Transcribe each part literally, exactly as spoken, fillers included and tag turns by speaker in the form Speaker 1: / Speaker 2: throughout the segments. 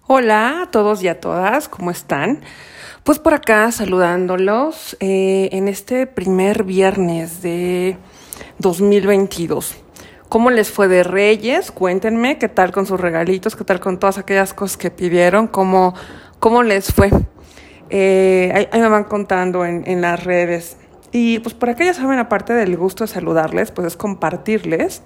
Speaker 1: Hola a todos y a todas, ¿cómo están? Pues por acá saludándolos eh, en este primer viernes de dos mil veintidós. ¿Cómo les fue de Reyes? Cuéntenme qué tal con sus regalitos, qué tal con todas aquellas cosas que pidieron, cómo, cómo les fue. Eh, ahí, ahí me van contando en, en las redes. Y pues por acá ya saben, aparte del gusto de saludarles, pues es compartirles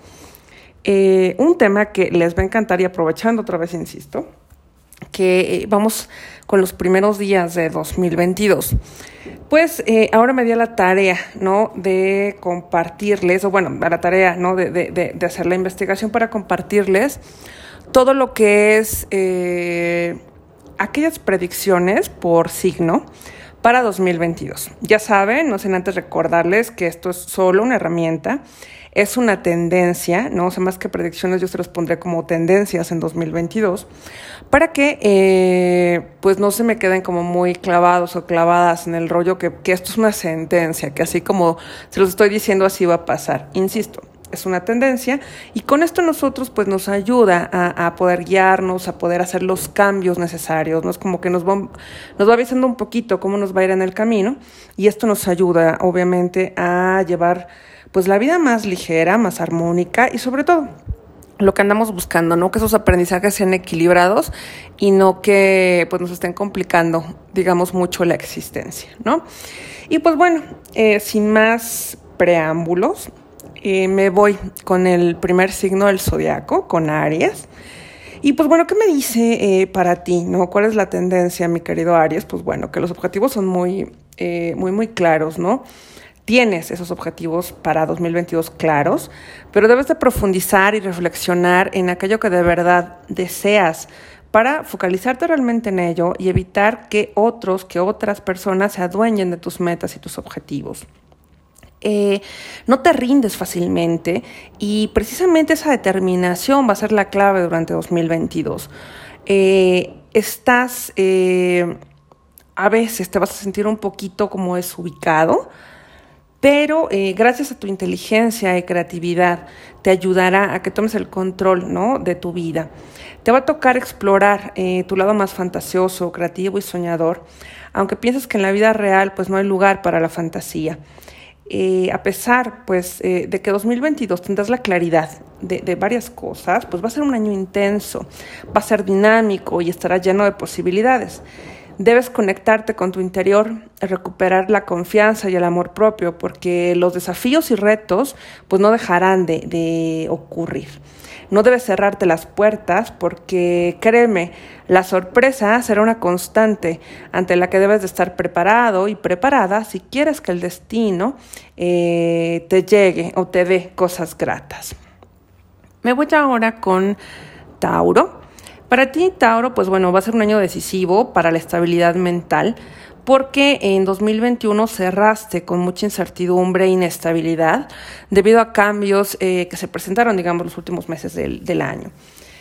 Speaker 1: eh, un tema que les va a encantar y aprovechando otra vez, insisto, que eh, vamos con los primeros días de dos mil veintidós. Pues eh, ahora me di a la tarea, ¿no? De compartirles, o bueno, a la tarea, ¿no? De, de, de, de hacer la investigación para compartirles todo lo que es eh, aquellas predicciones por signo para dos mil veintidós. Ya saben, no sin antes recordarles que esto es solo una herramienta, es una tendencia, ¿no? O sea, más que predicciones, yo se los pondré como tendencias en dos mil veintidós, para que eh, pues no se me queden como muy clavados o clavadas en el rollo que, que esto es una sentencia, que así como se los estoy diciendo, así va a pasar. Insisto, es una tendencia y con esto nosotros pues nos ayuda a, a poder guiarnos, a poder hacer los cambios necesarios, ¿no? Es como que nos va, nos va avisando un poquito cómo nos va a ir en el camino y esto nos ayuda obviamente a llevar pues la vida más ligera, más armónica y sobre todo lo que andamos buscando, ¿no? Que esos aprendizajes sean equilibrados y no que pues nos estén complicando, digamos, mucho la existencia, ¿no? Y pues bueno, eh, sin más preámbulos, eh, me voy con el primer signo del zodiaco, con Aries. Y pues bueno, ¿qué me dice eh, para ti, no? ¿Cuál es la tendencia, mi querido Aries? Pues bueno, que los objetivos son muy, eh, muy, muy claros, ¿no? Tienes esos objetivos para dos mil veintidós claros, pero debes de profundizar y reflexionar en aquello que de verdad deseas para focalizarte realmente en ello y evitar que otros, que otras personas se adueñen de tus metas y tus objetivos. Eh, no te rindes fácilmente y precisamente esa determinación va a ser la clave durante dos mil veintidós. Eh, estás, eh, a veces te vas a sentir un poquito como desubicado, pero eh, gracias a tu inteligencia y creatividad te ayudará a que tomes el control, ¿no? De tu vida. Te va a tocar explorar eh, tu lado más fantasioso, creativo y soñador, aunque pienses que en la vida real pues no hay lugar para la fantasía. Eh, a pesar pues eh, de que dos mil veintidós tendrás la claridad de, de varias cosas, pues va a ser un año intenso, va a ser dinámico y estará lleno de posibilidades. Debes conectarte con tu interior, recuperar la confianza y el amor propio, porque los desafíos y retos pues no dejarán de, de ocurrir. No debes cerrarte las puertas porque, créeme, la sorpresa será una constante ante la que debes de estar preparado y preparada si quieres que el destino eh, te llegue o te dé cosas gratas. Me voy ahora con Tauro. Para ti, Tauro, pues bueno, va a ser un año decisivo para la estabilidad mental porque en dos mil veintiuno cerraste con mucha incertidumbre e inestabilidad debido a cambios eh, que se presentaron, digamos, los últimos meses del, del año.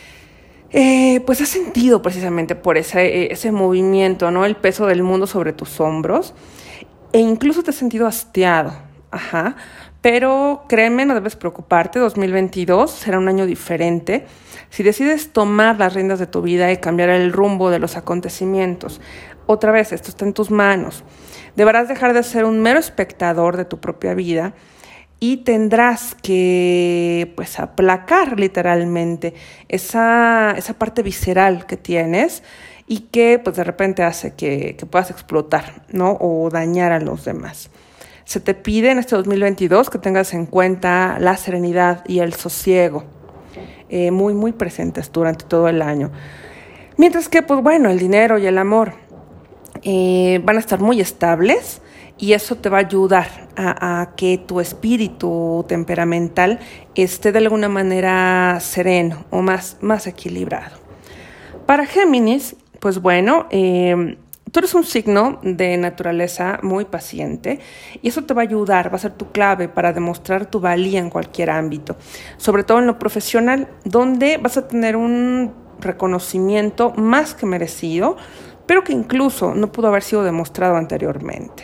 Speaker 1: Eh, pues has sentido precisamente por ese, ese movimiento, ¿no? El peso del mundo sobre tus hombros e incluso te has sentido hastiado, ajá. Pero créeme, no debes preocuparte, dos mil veintidós será un año diferente si decides tomar las riendas de tu vida y cambiar el rumbo de los acontecimientos. Otra vez, esto está en tus manos. Deberás dejar de ser un mero espectador de tu propia vida y tendrás que pues aplacar literalmente esa, esa parte visceral que tienes y que pues de repente hace que, que puedas explotar, ¿no? O dañar a los demás. Se te pide en este dos mil veintidós que tengas en cuenta la serenidad y el sosiego, eh, muy, muy presentes durante todo el año. Mientras que, pues bueno, el dinero y el amor eh, van a estar muy estables y eso te va a ayudar a, a que tu espíritu temperamental esté de alguna manera sereno o más, más equilibrado. Para Géminis, pues bueno, eh, tú eres un signo de naturaleza muy paciente y eso te va a ayudar, va a ser tu clave para demostrar tu valía en cualquier ámbito, sobre todo en lo profesional, donde vas a tener un reconocimiento más que merecido, pero que incluso no pudo haber sido demostrado anteriormente.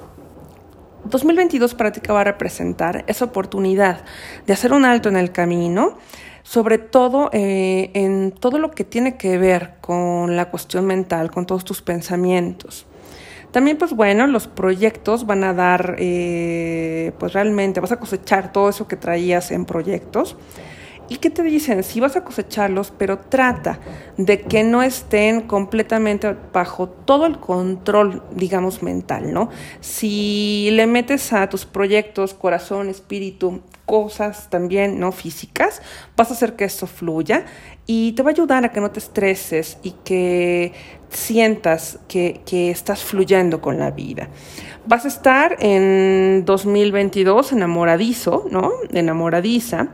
Speaker 1: dos mil veintidós para ti que va a representar esa oportunidad de hacer un alto en el camino, sobre todo eh, en todo lo que tiene que ver con la cuestión mental, con todos tus pensamientos. También, pues bueno, los proyectos van a dar, eh, pues realmente vas a cosechar todo eso que traías en proyectos. ¿Y qué te dicen? Sí vas a cosecharlos, pero trata de que no estén completamente bajo todo el control, digamos, mental, ¿no? Si le metes a tus proyectos corazón, espíritu, cosas también no físicas, vas a hacer que eso fluya y te va a ayudar a que no te estreses y que sientas que, que estás fluyendo con la vida. Vas a estar en dos mil veintidós enamoradizo, ¿no? Enamoradiza.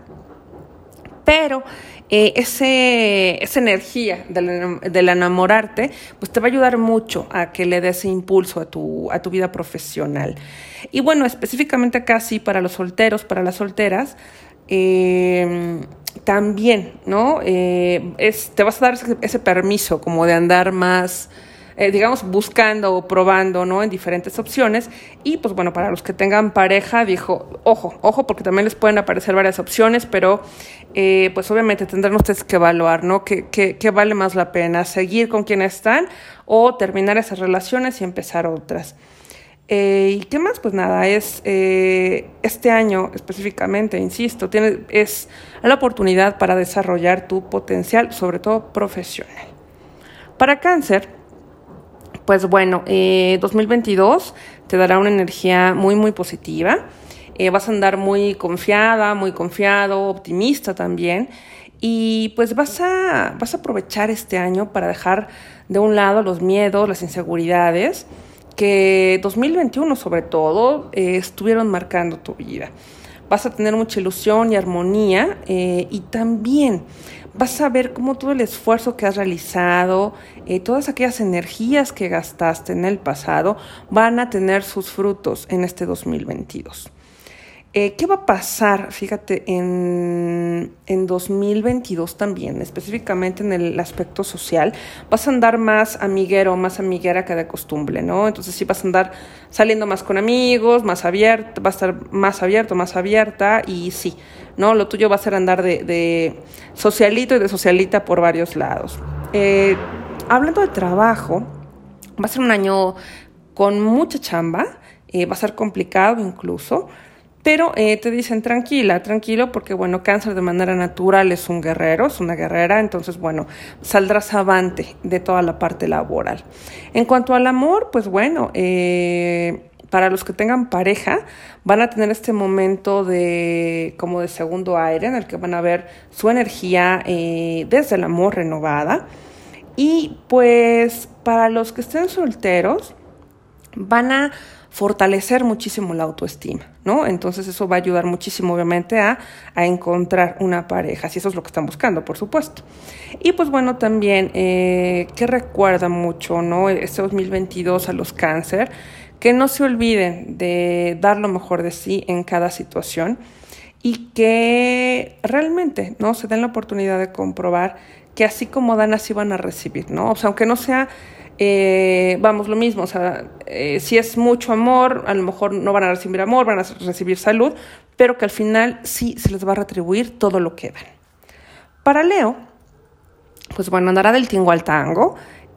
Speaker 1: Pero eh, ese, esa energía del, del enamorarte, pues te va a ayudar mucho a que le des ese impulso a tu, a tu vida profesional. Y bueno, específicamente acá sí para los solteros, para las solteras, eh, también, ¿no? Eh, es, te vas a dar ese, ese permiso como de andar más, eh, digamos, buscando o probando, ¿no? En diferentes opciones. Y pues bueno, para los que tengan pareja, dijo, ojo, ojo, porque también les pueden aparecer varias opciones, pero eh, pues obviamente tendrán ustedes que evaluar, ¿no? ¿Qué, qué, qué vale más la pena? ¿Seguir con quien están o terminar esas relaciones y empezar otras? Eh, ¿Y qué más? Pues nada, es eh, este año específicamente, insisto, tiene, es la oportunidad para desarrollar tu potencial, sobre todo profesional. Para Cáncer, pues bueno, eh, dos mil veintidós te dará una energía muy, muy positiva. Eh, vas a andar muy confiada, muy confiado, optimista también. Y pues vas a, vas a aprovechar este año para dejar de un lado los miedos, las inseguridades, que dos mil veintiuno sobre todo eh, estuvieron marcando tu vida. Vas a tener mucha ilusión y armonía eh, y también vas a ver cómo todo el esfuerzo que has realizado, eh, todas aquellas energías que gastaste en el pasado van a tener sus frutos en este dos mil veintidós. Eh, ¿Qué va a pasar? Fíjate, en, en dos mil veintidós también, específicamente en el aspecto social, vas a andar más amiguero, más amiguera que de costumbre, ¿no? Entonces sí vas a andar saliendo más con amigos, más abierto, vas a estar más abierto, más abierta y sí, ¿no? Lo tuyo va a ser andar de, de socialito y de socialita por varios lados. Eh, hablando de trabajo, va a ser un año con mucha chamba, eh, va a ser complicado incluso, pero eh, te dicen tranquila, tranquilo, porque bueno, Cáncer de manera natural es un guerrero, es una guerrera, entonces bueno, saldrás avante de toda la parte laboral. En cuanto al amor, pues bueno, eh, para los que tengan pareja, van a tener este momento de como de segundo aire, en el que van a ver su energía eh, desde el amor renovada. Y pues para los que estén solteros, van a fortalecer muchísimo la autoestima, ¿no? Entonces eso va a ayudar muchísimo, obviamente, a, a encontrar una pareja, si eso es lo que están buscando, por supuesto. Y pues bueno, también, eh, que recuerda mucho, ¿no? Este dos mil veintidós a los Cáncer, que no se olviden de dar lo mejor de sí en cada situación y que realmente, ¿no? Se den la oportunidad de comprobar que así como dan, así van a recibir, ¿no? O sea, aunque no sea Eh, vamos, lo mismo, o sea, eh, si es mucho amor, a lo mejor no van a recibir amor, van a recibir salud, pero que al final sí se les va a retribuir todo lo que dan. Para Leo, pues bueno, andará del tingo al tango.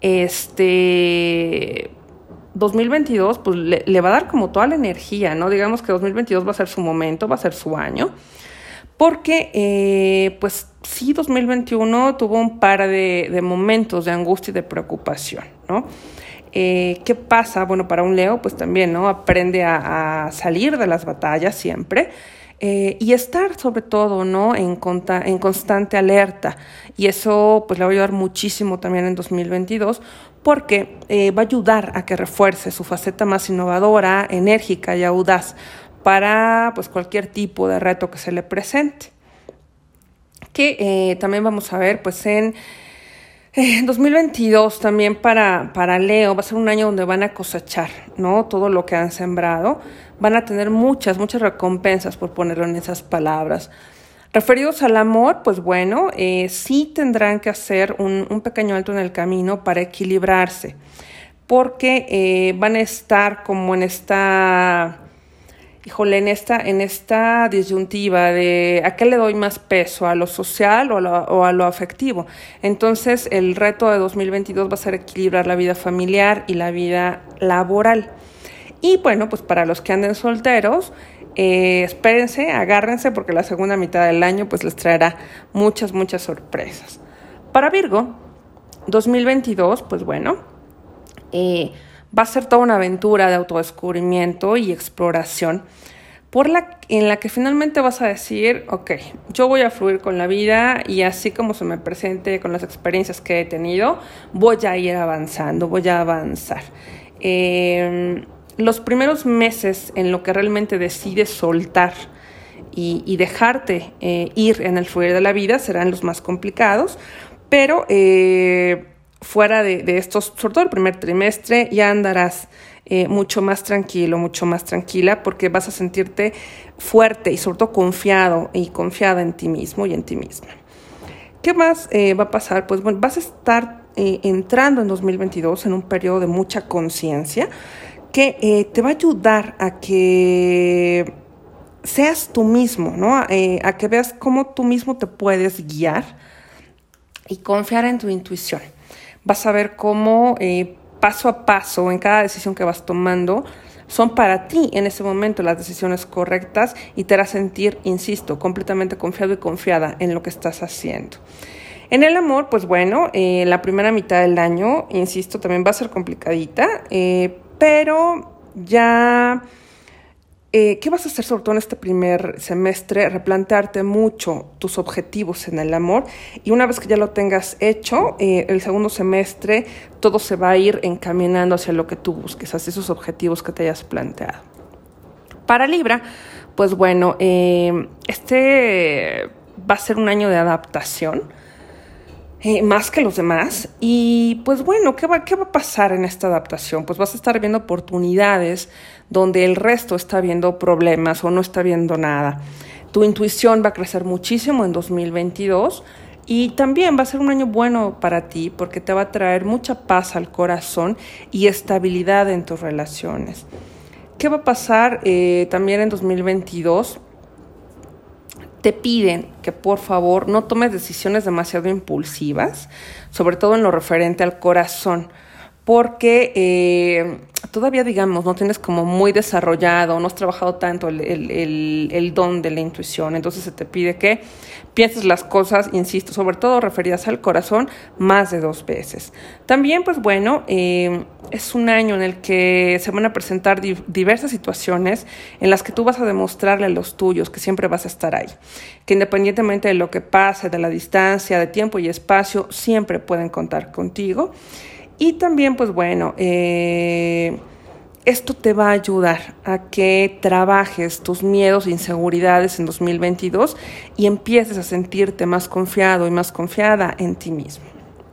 Speaker 1: Este dos mil veintidós, pues le, le va a dar como toda la energía, ¿no? Digamos que dos mil veintidós va a ser su momento, va a ser su año. Porque, eh, pues sí, dos mil veintiuno tuvo un par de, de momentos de angustia y de preocupación, ¿no? Eh, ¿Qué pasa? Bueno, para un Leo, pues también, ¿no? Aprende a, a salir de las batallas siempre eh, y estar, sobre todo, ¿no? En, conta, en constante alerta. Y eso, pues, le va a ayudar muchísimo también en dos mil veintidós porque eh, va a ayudar a que refuerce su faceta más innovadora, enérgica y audaz para pues cualquier tipo de reto que se le presente. Que eh, también vamos a ver pues en eh, dos mil veintidós también para, para Leo va a ser un año donde van a cosechar, ¿no? Todo lo que han sembrado. Van a tener muchas, muchas recompensas, por ponerlo en esas palabras. Referidos al amor, pues bueno, eh, sí tendrán que hacer un, un pequeño alto en el camino para equilibrarse, porque eh, van a estar como en esta híjole, en esta, en esta disyuntiva de ¿a qué le doy más peso? ¿A lo social o a lo, o a lo afectivo? Entonces, el reto de dos mil veintidós va a ser equilibrar la vida familiar y la vida laboral. Y bueno, pues para los que anden solteros, eh, espérense, agárrense, porque la segunda mitad del año pues les traerá muchas, muchas sorpresas. Para Virgo, dos mil veintidós, pues bueno, eh, va a ser toda una aventura de autodescubrimiento y exploración, por la, en la que finalmente vas a decir, ok, yo voy a fluir con la vida y así como se me presente con las experiencias que he tenido, voy a ir avanzando, voy a avanzar. Eh, los primeros meses en lo que realmente decides soltar y, y dejarte eh, ir en el fluir de la vida serán los más complicados, pero eh, fuera de, de estos, sobre todo el primer trimestre, ya andarás eh, mucho más tranquilo, mucho más tranquila, porque vas a sentirte fuerte y sobre todo confiado y confiada en ti mismo y en ti misma. ¿Qué más eh, va a pasar? Pues bueno, vas a estar eh, entrando en dos mil veintidós en un periodo de mucha conciencia que eh, te va a ayudar a que seas tú mismo, ¿no? Eh, a que veas cómo tú mismo te puedes guiar y confiar en tu intuición. Vas a ver cómo eh, paso a paso en cada decisión que vas tomando son para ti en ese momento las decisiones correctas y te hará sentir, insisto, completamente confiado y confiada en lo que estás haciendo. En el amor, pues bueno, eh, la primera mitad del año, insisto, también va a ser complicadita, eh, pero ya, eh, ¿qué vas a hacer sobre todo en este primer semestre? Replantearte mucho tus objetivos en el amor, y una vez que ya lo tengas hecho, eh, el segundo semestre todo se va a ir encaminando hacia lo que tú busques, hacia esos objetivos que te hayas planteado. Para Libra, pues bueno, eh, este va a ser un año de adaptación, Eh, más que los demás. Y pues bueno, ¿qué va, ¿qué va a pasar en esta adaptación? Pues vas a estar viendo oportunidades donde el resto está viendo problemas o no está viendo nada. Tu intuición va a crecer muchísimo en dos mil veintidós y también va a ser un año bueno para ti porque te va a traer mucha paz al corazón y estabilidad en tus relaciones. ¿Qué va a pasar eh, también en dos mil veintidós? Te piden que por favor no tomes decisiones demasiado impulsivas, sobre todo en lo referente al corazón, porque eh, todavía, digamos, no tienes como muy desarrollado, no has trabajado tanto el, el, el, el don de la intuición. Entonces se te pide que pienses las cosas, insisto, sobre todo referidas al corazón, más de dos veces. También, pues bueno, eh, es un año en el que se van a presentar di- diversas situaciones en las que tú vas a demostrarle a los tuyos que siempre vas a estar ahí, que independientemente de lo que pase, de la distancia, de tiempo y espacio, siempre pueden contar contigo. Y también, pues bueno, eh, esto te va a ayudar a que trabajes tus miedos e inseguridades en dos mil veintidós y empieces a sentirte más confiado y más confiada en ti mismo.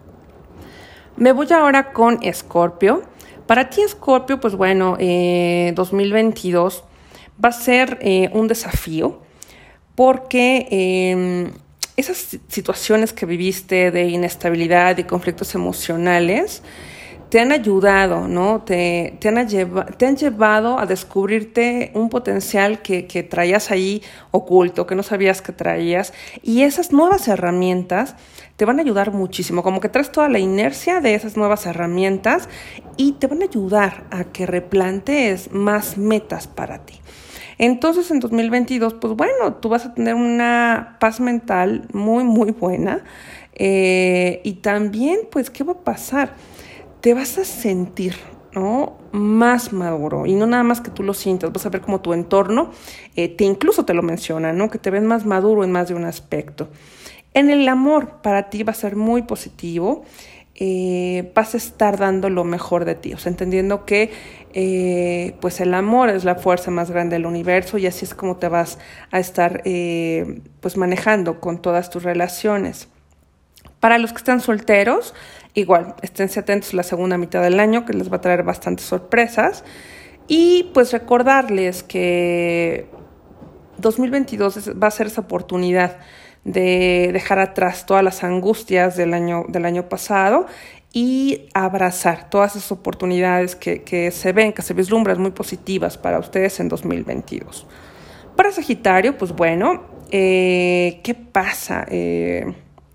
Speaker 1: Me voy ahora con Escorpio. Para ti, Escorpio, pues bueno, eh, dos mil veintidós va a ser eh, un desafío porque Eh, esas situaciones que viviste de inestabilidad y conflictos emocionales te han ayudado, ¿no? Te, te, han, lleva, te han llevado a descubrirte un potencial que, que traías ahí oculto, que no sabías que traías. Y esas nuevas herramientas te van a ayudar muchísimo, como que traes toda la inercia de esas nuevas herramientas y te van a ayudar a que replantees más metas para ti. Entonces, en dos mil veintidós, pues bueno, tú vas a tener una paz mental muy, muy buena. Eh, y también, pues, ¿qué va a pasar? Te vas a sentir, ¿no?, más maduro. Y no nada más que tú lo sientas, vas a ver como tu entorno eh, te incluso te lo menciona, ¿no?, que te ves más maduro en más de un aspecto. En el amor, para ti va a ser muy positivo. Eh, vas a estar dando lo mejor de ti, o sea, entendiendo que eh, pues el amor es la fuerza más grande del universo y así es como te vas a estar eh, pues manejando con todas tus relaciones. Para los que están solteros, igual, esténse atentos a la segunda mitad del año que les va a traer bastantes sorpresas y pues recordarles que dos mil veintidós va a ser esa oportunidad de dejar atrás todas las angustias del año, del año pasado y abrazar todas esas oportunidades que, que se ven, que se vislumbran muy positivas para ustedes en dos mil veintidós. Para Sagitario, pues bueno, eh, ¿qué pasa? Eh,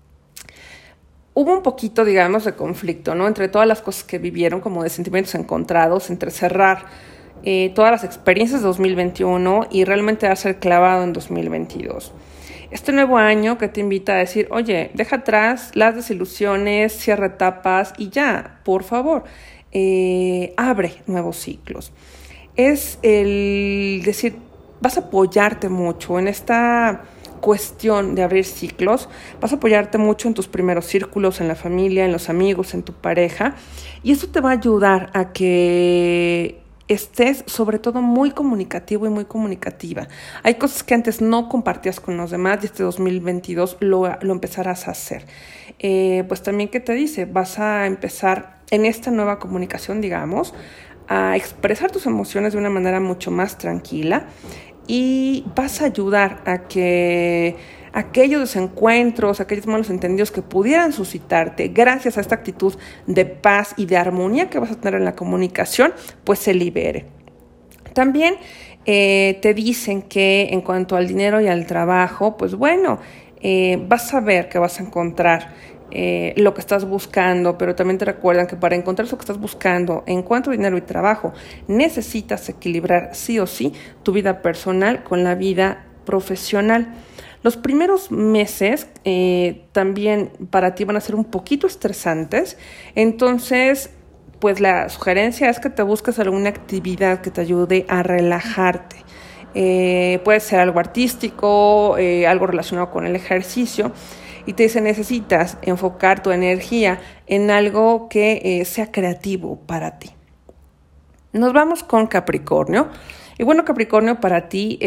Speaker 1: hubo un poquito, digamos, de conflicto, ¿no? Entre todas las cosas que vivieron, como de sentimientos encontrados, entre cerrar eh, todas las experiencias de dos mil veintiuno y realmente hacer clavado en dos mil veintidós. Este nuevo año que te invita a decir, oye, deja atrás las desilusiones, cierra etapas y ya, por favor, eh, abre nuevos ciclos. Es el decir, vas a apoyarte mucho en esta cuestión de abrir ciclos, vas a apoyarte mucho en tus primeros círculos, en la familia, en los amigos, en tu pareja, y eso te va a ayudar a que estés sobre todo muy comunicativo y muy comunicativa. Hay cosas que antes no compartías con los demás y este dos mil veintidós lo, lo empezarás a hacer. Eh, pues también, ¿qué te dice? Vas a empezar en esta nueva comunicación, digamos, a expresar tus emociones de una manera mucho más tranquila y vas a ayudar a que aquellos desencuentros, aquellos malos entendidos que pudieran suscitarte gracias a esta actitud de paz y de armonía que vas a tener en la comunicación, pues se libere. También eh, te dicen que en cuanto al dinero y al trabajo, pues bueno, eh, vas a ver que vas a encontrar eh, lo que estás buscando, pero también te recuerdan que para encontrar eso que estás buscando en cuanto a dinero y trabajo, necesitas equilibrar sí o sí tu vida personal con la vida profesional. Los primeros meses eh, también para ti van a ser un poquito estresantes, entonces pues la sugerencia es que te busques alguna actividad que te ayude a relajarte. Eh, puede ser algo artístico, eh, algo relacionado con el ejercicio, y te dice necesitas enfocar tu energía en algo que eh, sea creativo para ti. Nos vamos con Capricornio. Y bueno, Capricornio, para ti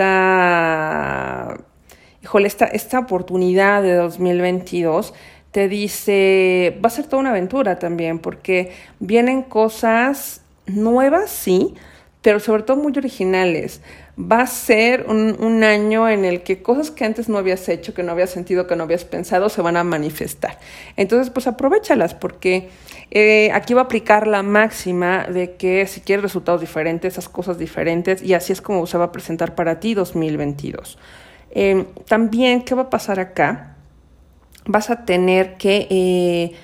Speaker 1: está... Híjole, esta, esta oportunidad de dos mil veintidós te dice, va a ser toda una aventura también, porque vienen cosas nuevas, sí, pero sobre todo muy originales. Va a ser un, un año en el que cosas que antes no habías hecho, que no habías sentido, que no habías pensado, se van a manifestar. Entonces, pues aprovéchalas, porque eh, aquí va a aplicar la máxima de que si quieres resultados diferentes, esas cosas diferentes, y así es como se va a presentar para ti dos mil veintidós. Eh, también, ¿qué va a pasar acá? Vas a tener que, eh,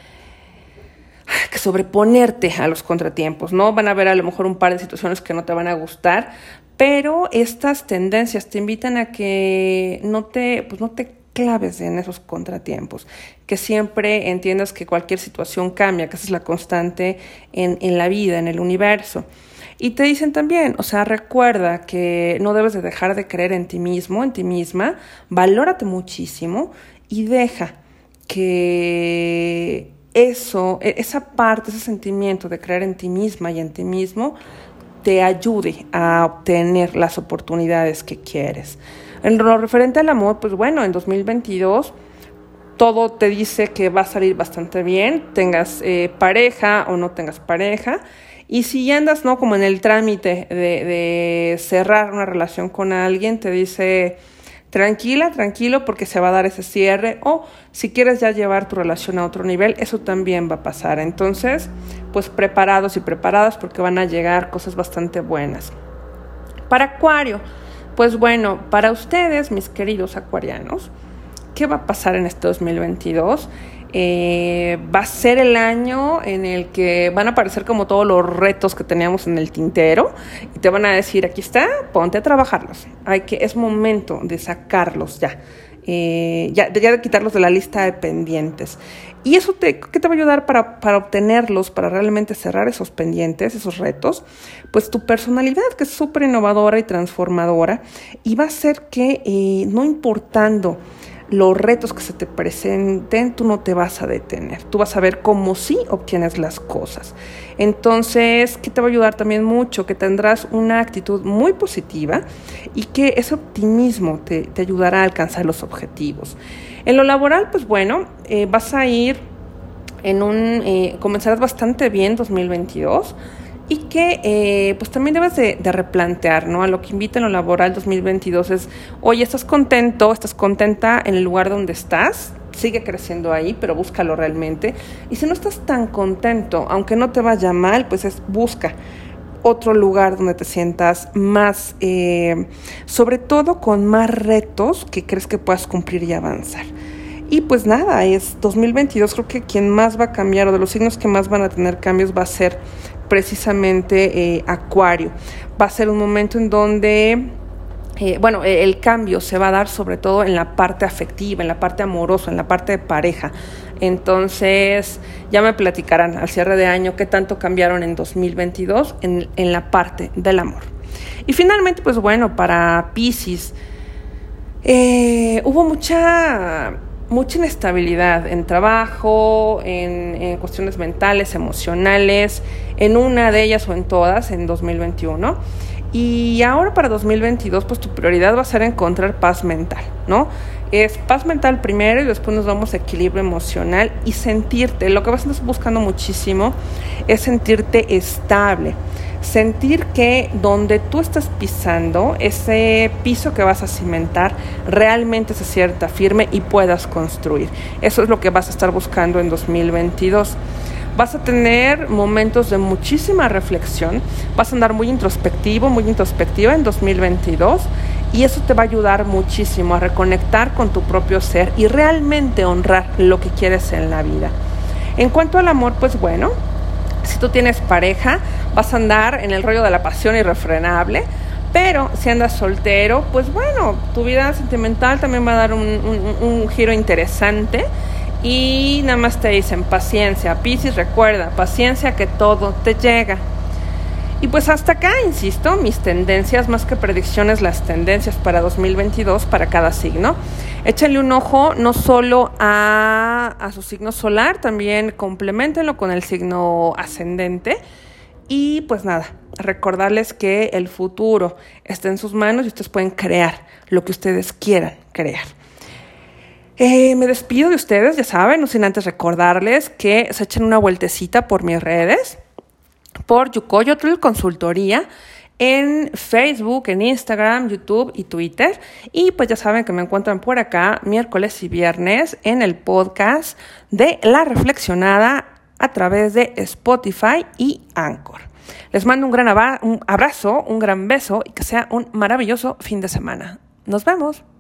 Speaker 1: que sobreponerte a los contratiempos, ¿no? Van a haber a lo mejor un par de situaciones que no te van a gustar, pero estas tendencias te invitan a que no te, pues no te claves en esos contratiempos, que siempre entiendas que cualquier situación cambia, que esa es la constante en, en la vida, en el universo. Y te dicen también, o sea, recuerda que no debes de dejar de creer en ti mismo, en ti misma, valórate muchísimo y deja que eso, esa parte, ese sentimiento de creer en ti misma y en ti mismo te ayude a obtener las oportunidades que quieres. En lo referente al amor, pues bueno, en dos mil veintidós todo te dice que va a salir bastante bien, tengas eh, pareja o no tengas pareja. Y si andas, ¿no?, como en el trámite de, de cerrar una relación con alguien, te dice tranquila, tranquilo, porque se va a dar ese cierre. O si quieres ya llevar tu relación a otro nivel, eso también va a pasar. Entonces, pues preparados y preparadas, porque van a llegar cosas bastante buenas. Para Acuario, pues bueno, para ustedes, mis queridos acuarianos, ¿qué va a pasar en este dos mil veintidós? Eh, va a ser el año en el que van a aparecer como todos los retos que teníamos en el tintero y te van a decir, aquí está, ponte a trabajarlos. Hay que, es momento de sacarlos ya, eh, ya, ya de quitarlos de la lista de pendientes. Y eso te, ¿qué te va a ayudar para, para obtenerlos, para realmente cerrar esos pendientes, esos retos? Pues tu personalidad, que es súper innovadora y transformadora, y va a hacer que eh, no importando los retos que se te presenten, tú no te vas a detener. Tú vas a ver cómo sí obtienes las cosas. Entonces, ¿qué te va a ayudar también mucho? Que tendrás una actitud muy positiva y que ese optimismo te, te ayudará a alcanzar los objetivos. En lo laboral, pues bueno, eh, vas a ir en un... Eh, comenzarás bastante bien dos mil veintidós. Y que eh, pues también debes de, de replantear, ¿no? A lo que invita en lo laboral dos mil veintidós es, oye, ¿estás contento? ¿Estás contenta en el lugar donde estás? sigue creciendo ahí, pero búscalo realmente. Y si no estás tan contento, aunque no te vaya mal, pues es, busca otro lugar donde te sientas más, eh, sobre todo con más retos que crees que puedas cumplir y avanzar. Y pues nada, es dos mil veintidós, creo que quien más va a cambiar o de los signos que más van a tener cambios va a ser precisamente eh, Acuario. Va a ser un momento en donde Eh, bueno, el cambio se va a dar sobre todo en la parte afectiva, en la parte amorosa, en la parte de pareja. Entonces, ya me platicarán al cierre de año qué tanto cambiaron en dos mil veintidós en, en la parte del amor. Y finalmente, pues bueno, para Piscis, eh, hubo mucha, mucha inestabilidad en trabajo, en, en cuestiones mentales, emocionales, en una de ellas o en todas en dos mil veintiuno. Y ahora para dos mil veintidós, pues tu prioridad va a ser encontrar paz mental, ¿no? Es paz mental primero y después nos vamos a equilibrio emocional y sentirte, lo que vas a estar buscando muchísimo es sentirte estable, sentir que donde tú estás pisando, ese piso que vas a cimentar, realmente se sienta firme y puedas construir. Eso es lo que vas a estar buscando en dos mil veintidós. Vas a tener momentos de muchísima reflexión, vas a andar muy introspectivo, muy introspectiva en dos mil veintidós y eso te va a ayudar muchísimo a reconectar con tu propio ser y realmente honrar lo que quieres en la vida. En cuanto al amor, pues bueno, si tú tienes pareja, vas a andar en el rollo de la pasión irrefrenable, pero si andas soltero, pues bueno, tu vida sentimental también va a dar un, un, un giro interesante. Y nada más te dicen paciencia, Piscis, recuerda, paciencia que todo te llega. Y pues hasta acá, insisto, mis tendencias, más que predicciones, las tendencias para dos mil veintidós para cada signo. Échenle un ojo no solo a, a su signo solar, también compleméntenlo con el signo ascendente. Y pues nada, recordarles que el futuro está en sus manos y ustedes pueden crear lo que ustedes quieran crear. Eh, me despido de ustedes, ya saben, no sin antes recordarles que se echen una vueltecita por mis redes, por Yucoyotl Consultoría, en Facebook, en Instagram, YouTube y Twitter. Y pues ya saben que me encuentran por acá miércoles y viernes en el podcast de La Reflexionada a través de Spotify y Anchor. Les mando un gran abrazo, un gran beso y que sea un maravilloso fin de semana. Nos vemos.